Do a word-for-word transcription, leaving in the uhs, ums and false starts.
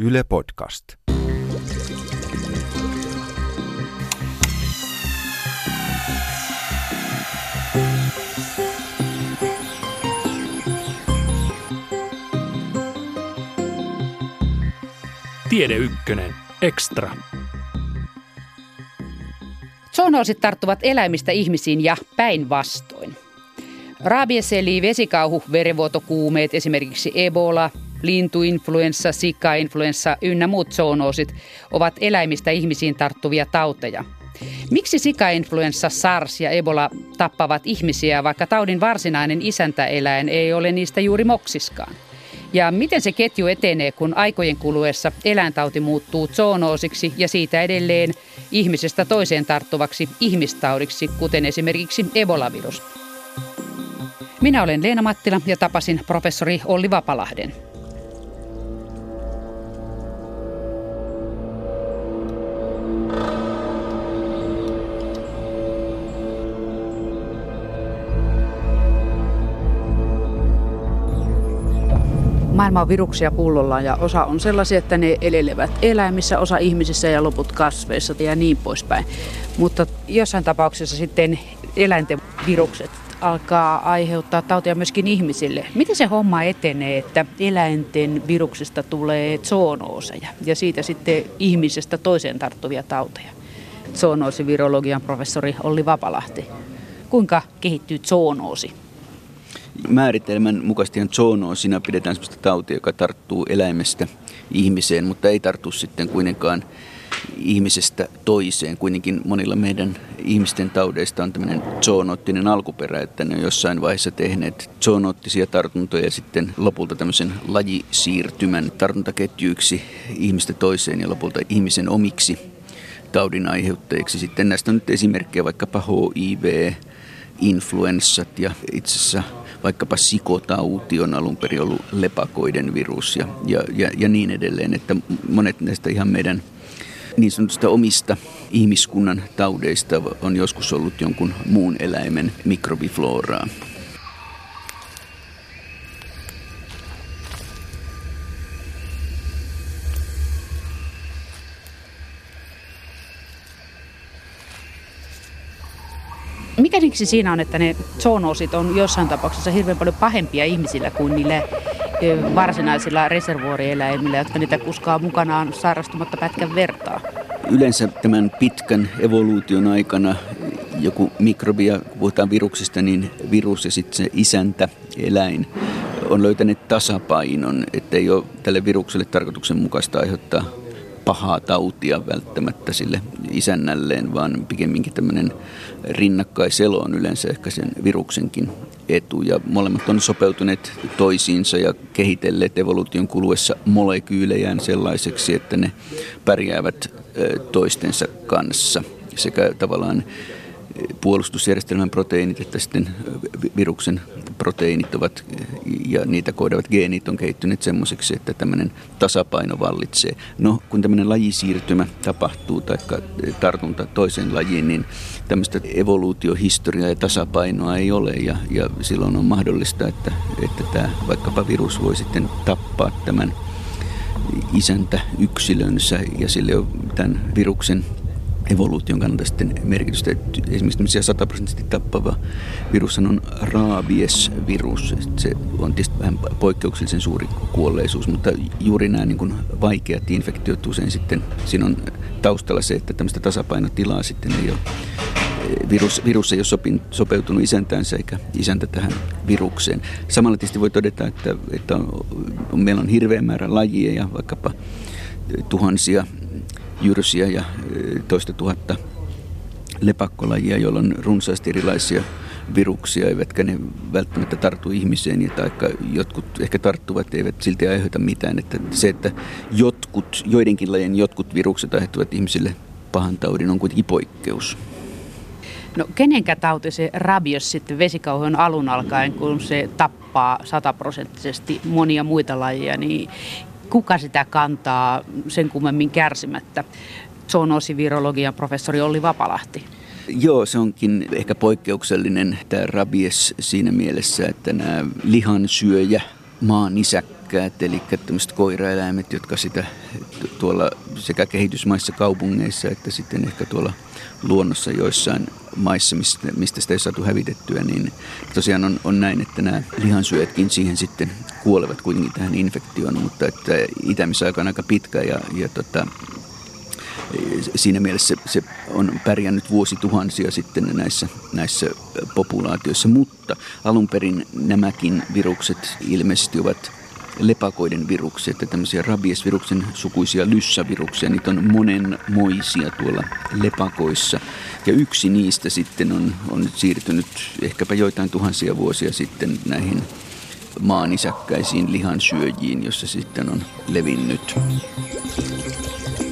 Yle Podcast. Tiede Ykkönen. Extra. Zoonoosit tarttuvat eläimistä ihmisiin ja päinvastoin. Rabies eli vesikauhu, verenvuotokuumeet, esimerkiksi Ebola, lintuinfluenssa, sikainfluenssa ynnä muut zoonoosit ovat eläimistä ihmisiin tarttuvia tauteja. Miksi sikainfluenssa, SARS ja Ebola tappavat ihmisiä, vaikka taudin varsinainen isäntäeläin ei ole niistä juuri moksiskaan? Ja miten se ketju etenee, kun aikojen kuluessa eläintauti muuttuu zoonoosiksi ja siitä edelleen ihmisestä toiseen tarttuvaksi ihmistaudiksi, kuten esimerkiksi Ebola-virus? Minä olen Leena Mattila ja tapasin professori Olli Vapalahden. Maailma on viruksia pullollaan ja osa on sellaisia, että ne elelevät eläimissä, osa ihmisissä ja loput kasveissa ja niin poispäin. Mutta jossain tapauksessa sitten eläinten virukset alkaa aiheuttaa tautia myöskin ihmisille. Miten se homma etenee, että eläinten viruksista tulee zoonooseja ja siitä sitten ihmisestä toiseen tarttuvia tauteja? Zoonoosivirologian professori Olli Vapalahti. Kuinka kehittyy zoonoosi? Määritelmän mukaisesti zoonoosina pidetään sellaista tautia, joka tarttuu eläimestä ihmiseen, mutta ei tartu sitten kuitenkaan ihmisestä toiseen. Kuitenkin monilla meidän ihmisten taudeista on tämmöinen zoonoottinen alkuperä, että ne on jossain vaiheessa tehneet zoonoottisia tartuntoja ja sitten lopulta tämmöisen lajisiirtymän tartuntaketjuiksi ihmistä toiseen ja lopulta ihmisen omiksi taudin aiheuttajiksi. Sitten näistä on nyt esimerkkejä vaikkapa H I V, influenssat ja itse asiassa vaikkapa sikotauti on alun perin ollut lepakoiden virus ja, ja, ja, ja niin edelleen, että monet näistä ihan meidän niin sanotusta omista ihmiskunnan taudeista on joskus ollut jonkun muun eläimen mikrobifloraa. Mikä niksi siinä on, että ne zoonoosit on jossain tapauksessa hirveän paljon pahempia ihmisillä kuin niillä varsinaisilla reservuorieläimillä, jotka niitä kuskaa mukanaan sairastumatta pätkän vertaa? Yleensä tämän pitkän evoluution aikana joku mikrobi, ja kun puhutaan viruksista, niin virus ja sitten se isäntä, eläin, on löytänyt tasapainon, ettei ole tälle virukselle tarkoituksenmukaista aiheuttaa pahaa tautia välttämättä sille isännälleen, vaan pikemminkin tämmöinen rinnakkaiselo on yleensä ehkä sen viruksenkin etu. Ja molemmat on sopeutuneet toisiinsa ja kehitelleet evoluution kuluessa molekyylejään sellaiseksi, että ne pärjäävät toistensa kanssa sekä tavallaan puolustusjärjestelmän proteiinit että sitten viruksen proteiinit ovat ja niitä koodavat geenit on kehittyneet semmoiseksi, että tämmöinen tasapaino vallitsee. No, kun tämmöinen lajisiirtymä tapahtuu tai tartunta toiseen lajiin, niin tämmöistä evoluutiohistoriaa ja tasapainoa ei ole ja, ja silloin on mahdollista, että, että tämä vaikkapa virus voi sitten tappaa tämän isäntäyksilönsä ja sille on tämän viruksen evoluution kannalta sitten merkitystä. Esimerkiksi tämmöisiä sataprosenttisesti tappava virus on rabies-virus. Se on tietysti vähän poikkeuksellisen suuri kuolleisuus, mutta juuri nämä niin kuin vaikeat infektiot usein sitten, siinä on taustalla se, että tämmöistä tasapainotilaa sitten ei ole. Virus, virus ei ole sopin, sopeutunut isäntäänsä eikä isäntä tähän virukseen. Samalla tietysti voi todeta, että, että on, meillä on hirveä määrä lajia ja vaikkapa tuhansia jyrsiä ja toista tuhatta lepakkolajia, joilla on runsaasti erilaisia viruksia, eivätkä ne välttämättä tartu ihmiseen, ja taikka jotkut ehkä tarttuvat, eivät silti aiheuta mitään. Että se, että jotkut, joidenkin lajien jotkut virukset aiheuttavat ihmisille pahan taudin, on kuitenkin poikkeus. No kenenkä tauti se rabies sitten vesikauhun alun alkaen, kun se tappaa sataprosenttisesti monia muita lajeja, niin kuka sitä kantaa sen kummemmin kärsimättä? Zoonoosivirologian professori Olli Vapalahti. Joo, se onkin ehkä poikkeuksellinen tämä rabies siinä mielessä, että nämä lihansyöjä maanisäkkäät nisäkkäät, eli tämmöiset koiraeläimet, jotka sitä tuolla sekä kehitysmaissa, kaupungeissa että sitten ehkä tuolla luonnossa joissain maissa, mistä, mistä sitä ei saatu hävitettyä, niin tosiaan on, on näin, että nämä lihansyöjätkin siihen sitten kuolevat kuitenkin tähän infektioon, mutta että itämisaika on aika pitkä ja, ja tota, siinä mielessä se, se on pärjännyt vuosituhansia sitten näissä, näissä populaatioissa, mutta alun perin nämäkin virukset ilmeisesti ovat lepakoiden viruksia, että tämmöisiä rabiesviruksen sukuisia lyssaviruksia, niitä on monenmoisia tuolla lepakoissa. Ja yksi niistä sitten on, on siirtynyt ehkäpä joitain tuhansia vuosia sitten näihin maanisäkkäisiin lihansyöjiin, jossa sitten on levinnyt.